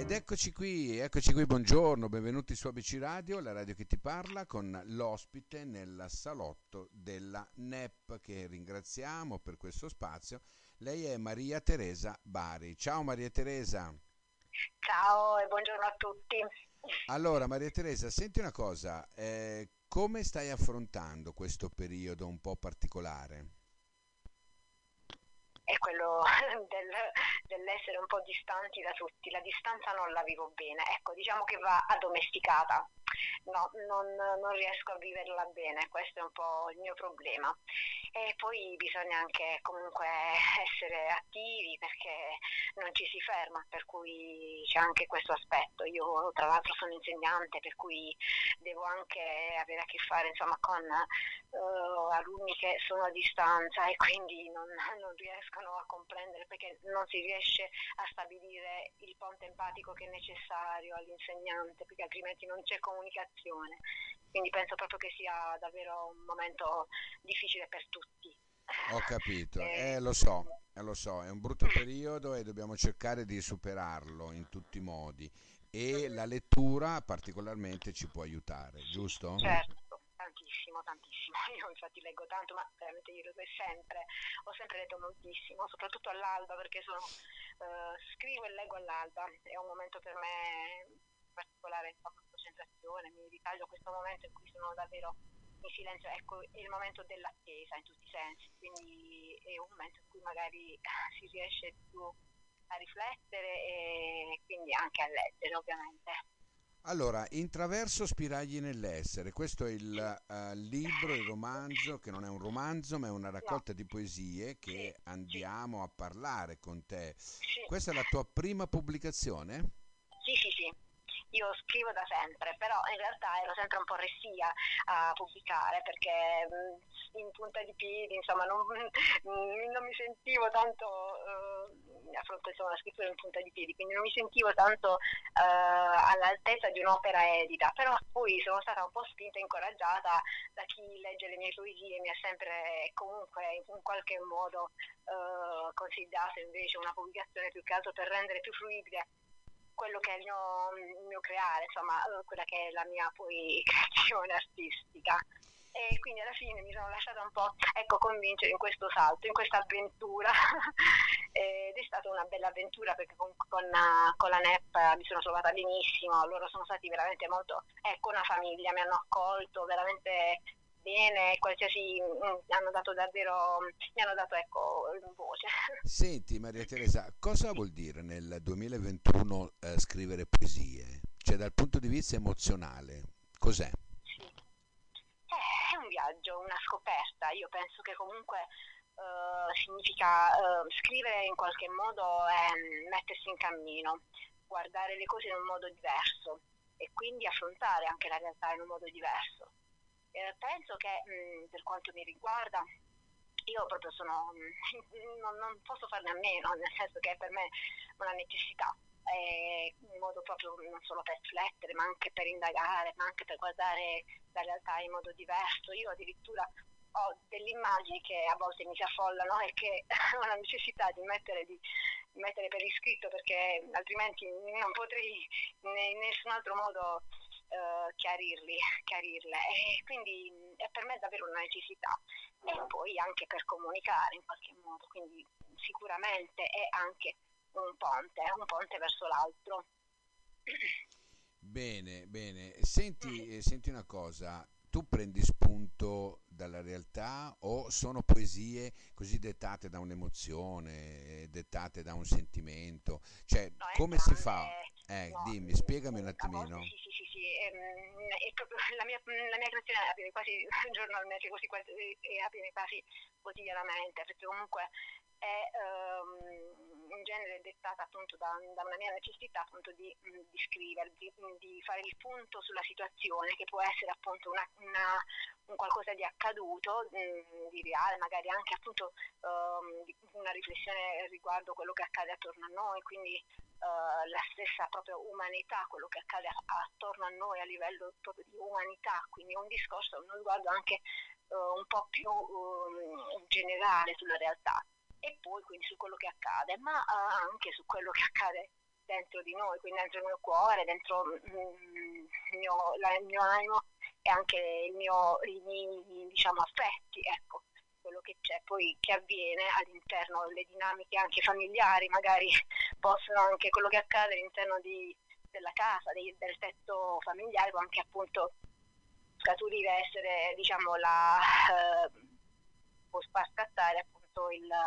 Ed eccoci qui, buongiorno, benvenuti su ABC Radio, la radio che ti parla, con l'ospite nel salotto della NEP, che ringraziamo per questo spazio. Lei è Maria Teresa Bari. Ciao Maria Teresa. Ciao e buongiorno a tutti. Allora Maria Teresa, senti una cosa, come stai affrontando questo periodo un po' particolare? È quello dell'essere un po' distanti da tutti. La distanza non la vivo bene, ecco, diciamo che va addomesticata. No, non riesco a viverla bene, questo è un po' il mio problema. E poi bisogna anche comunque essere attivi perché non ci si ferma, per cui c'è anche questo aspetto. Io tra l'altro sono insegnante, per cui devo anche avere a che fare insomma con alunni che sono a distanza e quindi non riescono a comprendere perché non si riesce a stabilire il ponte empatico che è necessario all'insegnante, perché altrimenti non c'è comunicazione. Quindi penso proprio che sia davvero un momento difficile per tutti. Ho capito, Eh, lo so, è un brutto periodo e dobbiamo cercare di superarlo in tutti i modi e la lettura particolarmente ci può aiutare, giusto? certo, tantissimo, tantissimo. Io infatti leggo tanto, ma veramente io leggo sempre, ho sempre letto moltissimo, soprattutto all'alba perché scrivo e leggo all'alba, è un momento per me particolare di concentrazione, mi ritaglio questo momento in cui sono davvero in silenzio, ecco, è il momento dell'attesa in tutti i sensi, quindi è un momento in cui magari si riesce più a riflettere e quindi anche a leggere ovviamente. Allora, Intraverso spiragli nell'essere, questo è Sì. libro, il romanzo, che non è un romanzo ma è una No, raccolta di poesie sì, che sì, andiamo a parlare con te. sì. Questa è la tua prima pubblicazione? Sì, sì, sì, io scrivo da sempre, però in realtà ero sempre un po' restia a pubblicare perché in punta di piedi, insomma, non mi sentivo tanto, affronto insomma, la scrittura in punta di piedi, quindi non mi sentivo tanto all'altezza di un'opera edita, però poi sono stata un po' spinta e incoraggiata da chi legge le mie poesie e mi ha sempre comunque in qualche modo consigliato invece una pubblicazione più che altro per rendere più fruibile quello che è il mio creare, insomma, quella che è la mia poi creazione artistica. E quindi alla fine mi sono lasciata un po', ecco, convincere in questo salto, in questa avventura. Ed è stata una bella avventura perché con la NEP mi sono trovata benissimo, loro sono stati veramente molto, ecco, una famiglia, mi hanno accolto veramente bene, qualsiasi, hanno dato davvero, mi hanno dato, ecco, voce. Senti Maria Teresa, cosa vuol dire nel 2021 scrivere poesie? Cioè dal punto di vista emozionale, cos'è? Sì. È un viaggio, una scoperta. Io penso che comunque significa scrivere in qualche modo è mettersi in cammino, guardare le cose in un modo diverso e quindi affrontare anche la realtà in un modo diverso. Penso che per quanto mi riguarda io proprio non posso farne a meno, nel senso che è per me una necessità, è un modo proprio non solo per riflettere, ma anche per indagare, ma anche per guardare la realtà in modo diverso. Io addirittura ho delle immagini che a volte mi si affollano e che ho la necessità di mettere per iscritto perché altrimenti non potrei in nessun altro modo chiarirle. E quindi è per me davvero una necessità e poi anche per comunicare in qualche modo, quindi sicuramente è anche un ponte verso l'altro. Bene, bene. Senti una cosa, tu prendi spunto dalla realtà o sono poesie così dettate da un'emozione, dettate da un sentimento? Cioè, No, come si entrambe, fa? no, Dimmi, spiegami un a volte attimino. sì, sì, sì, sì, è proprio la mia creazione avviene quasi giornalmente, così quasi, e avviene quasi quotidianamente, perché comunque è in genere dettata appunto da una mia necessità appunto di scrivere, di fare il punto sulla situazione, che può essere appunto un qualcosa di accaduto, di reale, magari anche appunto una riflessione riguardo quello che accade attorno a noi, quindi la stessa proprio umanità, quello che accade attorno a noi a livello proprio di umanità, quindi un discorso, uno sguardo anche un po' più generale sulla realtà e poi quindi su quello che accade, ma anche su quello che accade dentro di noi, quindi dentro il mio cuore, dentro il mio animo e anche i miei, diciamo, affetti, ecco, quello che c'è, poi che avviene all'interno, le dinamiche anche familiari, magari possono anche quello che accade all'interno della casa, del tetto familiare, può anche appunto scaturire essere, diciamo, può far scattare appunto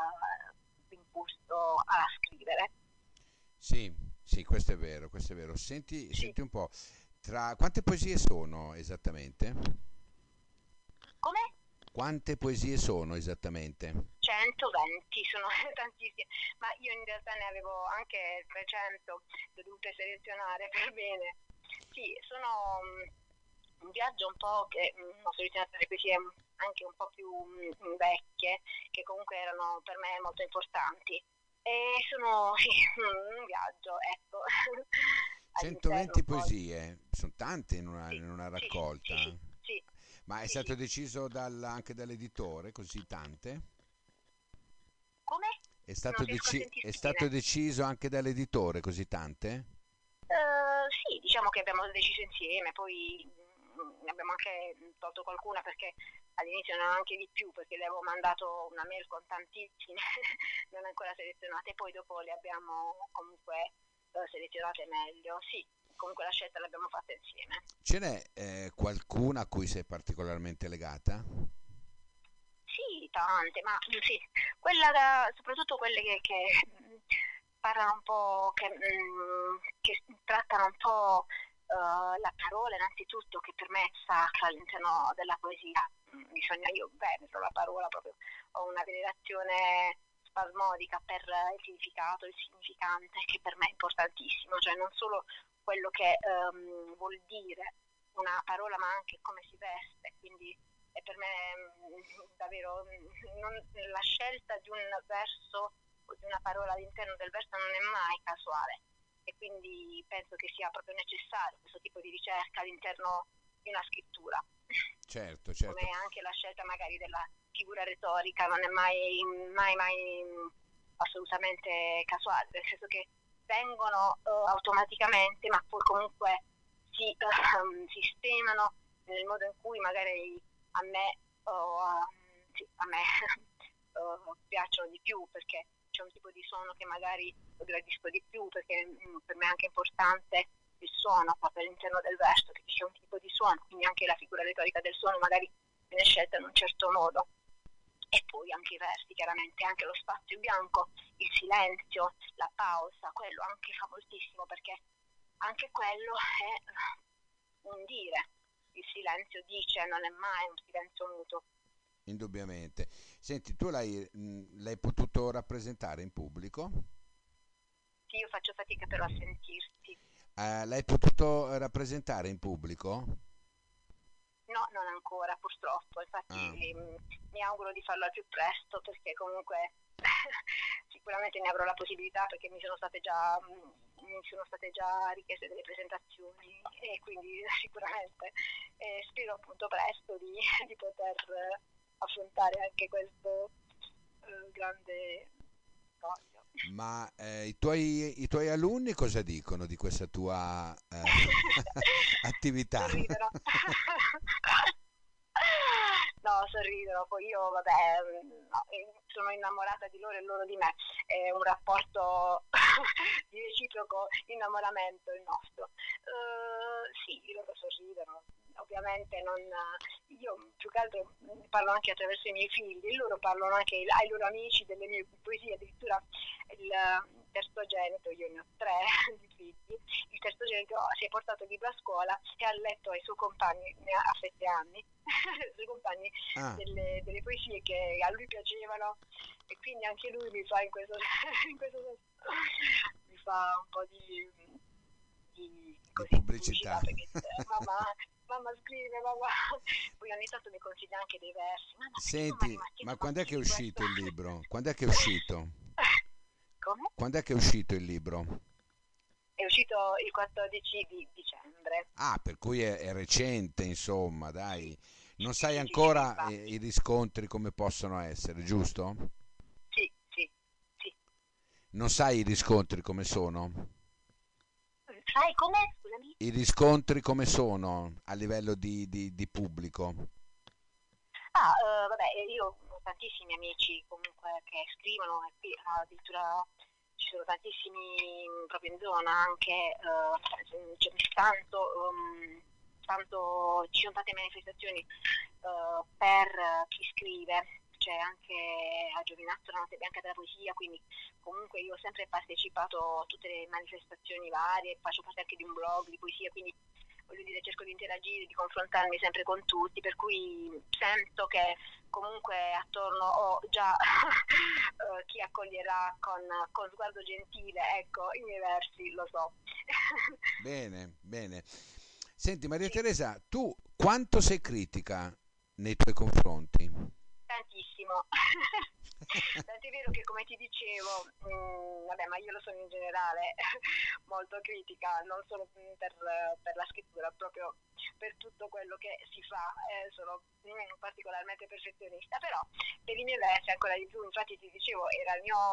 l'impulso a scrivere. Sì, sì, questo è vero, questo è vero. Senti, Sì. senti un po', tra quante poesie sono esattamente? Come? Quante poesie sono esattamente? 120, sono tantissime, ma io in realtà ne avevo anche 300, le ho dovute selezionare per bene. Sì, sono un viaggio un po' che ho selezionato le poesie anche un po' più vecchie, che comunque erano per me molto importanti. E sono sì, un viaggio, ecco, all'interno 120 un po' poesie, sono tante sì, in una sì, raccolta, sì, sì, sì, ma è sì, stato sì. deciso anche dall'editore così tante? Come? Non riesco a È sentirti stato bene. deciso anche dall'editore così tante? Sì, diciamo che abbiamo deciso insieme, poi ne abbiamo anche tolto qualcuna perché all'inizio ne erano anche di più, perché le avevo mandato una mail con tantissime, non ancora selezionate, poi dopo le abbiamo comunque selezionate meglio. Sì, comunque la scelta l'abbiamo fatta insieme. Ce n'è qualcuna a cui sei particolarmente legata? Sì, tante, ma sì, soprattutto quelle che parlano un po', che trattano un po' la parola innanzitutto, che per me è sacra all'interno della poesia. Bisogna, io venero la parola proprio, ho una venerazione spasmodica per il significato, il significante, che per me è importantissimo, cioè non solo quello che vuol dire una parola, ma anche come si veste, quindi e per me davvero la scelta di un verso o di una parola all'interno del verso non è mai casuale e quindi penso che sia proprio necessario questo tipo di ricerca all'interno di una scrittura, Certo, come certo. anche la scelta magari della figura retorica non è mai assolutamente casuale, nel senso che vengono automaticamente, ma poi comunque si sistemano nel modo in cui magari a me, sì, a me piacciono di più perché c'è un tipo di suono che magari lo gradisco di più perché per me è anche importante il suono proprio all'interno del verso, che ci sia un tipo di suono, quindi anche la figura retorica del suono magari viene scelta in un certo modo. E poi anche i versi, chiaramente, anche lo spazio bianco, il silenzio, la pausa, quello anche fa moltissimo perché anche quello è un dire. Il silenzio dice, non è mai un silenzio muto. Indubbiamente. Senti, tu l'hai potuto rappresentare in pubblico? Sì, io faccio fatica però a sentirti. L'hai potuto rappresentare in pubblico? No, non ancora, purtroppo. Ah, Infatti mi auguro di farlo al più presto perché comunque sicuramente ne avrò la possibilità perché mi sono state già richieste delle presentazioni e quindi sicuramente spero appunto presto di poter affrontare anche questo grande sogno. ma i tuoi alunni cosa dicono di questa tua attività? Sorridono. No, sorridono, poi io, vabbè, no, sono innamorata di loro e loro di me, è un rapporto di reciproco innamoramento il nostro. Sì, loro sorridono, ovviamente non, io più che altro parlo anche attraverso i miei figli, loro parlano anche ai loro amici delle mie poesie, addirittura il terzogenito, io ne ho tre di figli, il terzogenito si è portato il libro a scuola e ha letto ai suoi compagni, ne ha 7 anni, ai suoi compagni Ah, delle poesie che a lui piacevano e quindi anche lui mi fa in questo, in questo senso, mi fa un po' di così, di pubblicità. pubblicità perché dice mamma scrive, mamma, poi ogni tanto mi consiglia anche dei versi, mamma scrivi un Senti, marimattino, ma ma quando è che è scrivi questo. uscito il libro? Quando è che è uscito? Come? Quando è che è uscito il libro? È uscito il 14 di dicembre. Ah, per cui è recente, insomma, Sì, dai. Non sì, sai sì, sì, sì, ancora infatti. i riscontri come possono essere, giusto? Sì, sì, sì. Non sai i riscontri come sono? Sai come? Scusami. I riscontri come sono a livello di pubblico? Vabbè, io ho tantissimi amici comunque che scrivono e qui addirittura ci sono tantissimi proprio in zona anche, c'è ci sono tante manifestazioni per chi scrive, c'è anche a Giovinazzo la Notte Bianca della Poesia, quindi comunque io ho sempre partecipato a tutte le manifestazioni varie, faccio parte anche di un blog di poesia, quindi voglio dire, cerco di interagire, di confrontarmi sempre con tutti, per cui sento che comunque attorno ho già chi accoglierà con sguardo gentile, ecco, i miei versi, lo so. Bene, bene. Senti, Maria Sì, Teresa, tu quanto sei critica nei tuoi confronti? tantissimo. Tant'è vero che come ti dicevo, vabbè, ma io lo sono in generale molto critica, non solo per la scrittura, proprio per tutto quello che si fa, sono particolarmente perfezionista, però per i miei versi ancora di più, infatti ti dicevo, era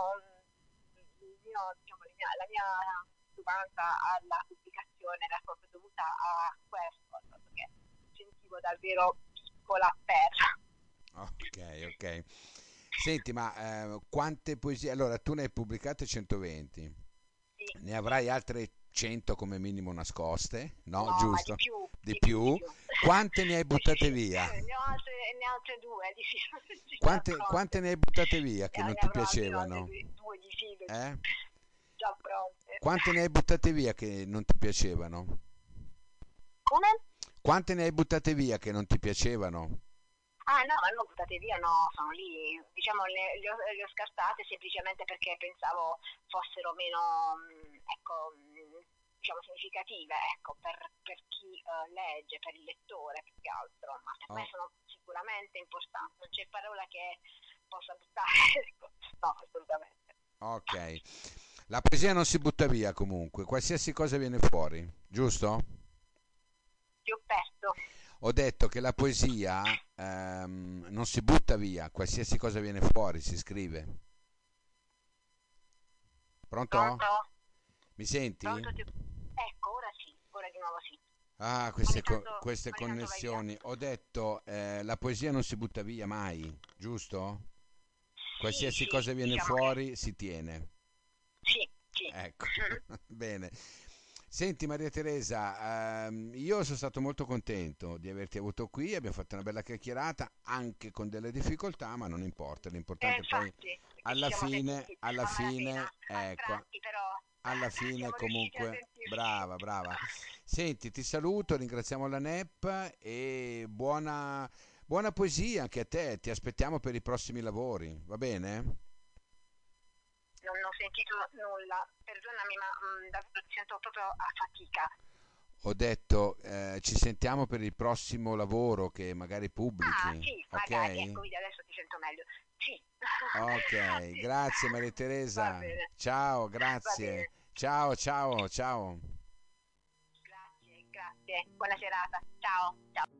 diciamo, la mia titubanza alla pubblicazione era proprio dovuta a questo, al fatto che mi sentivo davvero piccola per... Ok, ok. Senti, ma quante poesie? Allora, tu ne hai pubblicate 120, Sì, ne sì. avrai altre 100 come minimo nascoste, no? No, ma Giusto? Di di più, di più? più. Quante ne hai Sì, sì, buttate sì. via? Ne ho altre due di filo già Quante pronte. ne hai buttate via che non Ne ti avrò almeno altre piacevano? due di filo Eh? già pronte. Quante ne hai buttate via che non ti piacevano? Come? Quante ne hai buttate via che non ti piacevano? Ah no, ma non le buttate via, no, sono lì. Diciamo, le ho scartate semplicemente perché pensavo fossero meno, ecco, diciamo, significative, ecco, per chi legge, per il lettore più che altro, ma per me Oh, sono sicuramente importanti, non c'è parola che possa buttare, ecco, no, assolutamente. ok. La poesia non si butta via comunque, qualsiasi cosa viene fuori, giusto? Ti ho perso. Ho detto che la poesia non si butta via, qualsiasi cosa viene fuori, si scrive. Pronto? Pronto? Mi senti? Pronto? Ecco, ora sì, ora di nuovo sì. Ah, queste Ogni tanto vai via. connessioni. Ho detto la poesia non si butta via mai, giusto? Sì, Qualsiasi sì, cosa viene diciamo che fuori si tiene. sì, sì. Ecco, bene. Senti Maria Teresa, io sono stato molto contento di averti avuto qui, abbiamo fatto una bella chiacchierata, anche con delle difficoltà, ma non importa, l'importante è poi Infatti, perché ci siamo sentiti alla a malapena, fine, a ecco, tratti, però alla fine siamo riusciti a comunque, sentirci. brava, brava. Senti, ti saluto, ringraziamo la NEP e buona poesia anche a te, ti aspettiamo per i prossimi lavori, va bene? Non ho sentito nulla, perdonami, ma davvero ti sento proprio a fatica. Ho detto, ci sentiamo per il prossimo lavoro che magari Ah, pubblichi, sì, magari, ok? ecco, vedi, adesso ti sento meglio. Sì, Ok, sì, grazie Maria va Teresa. bene, Ciao, va grazie. bene. Ciao, ciao, ciao. Grazie, grazie. Buona serata. Ciao, ciao.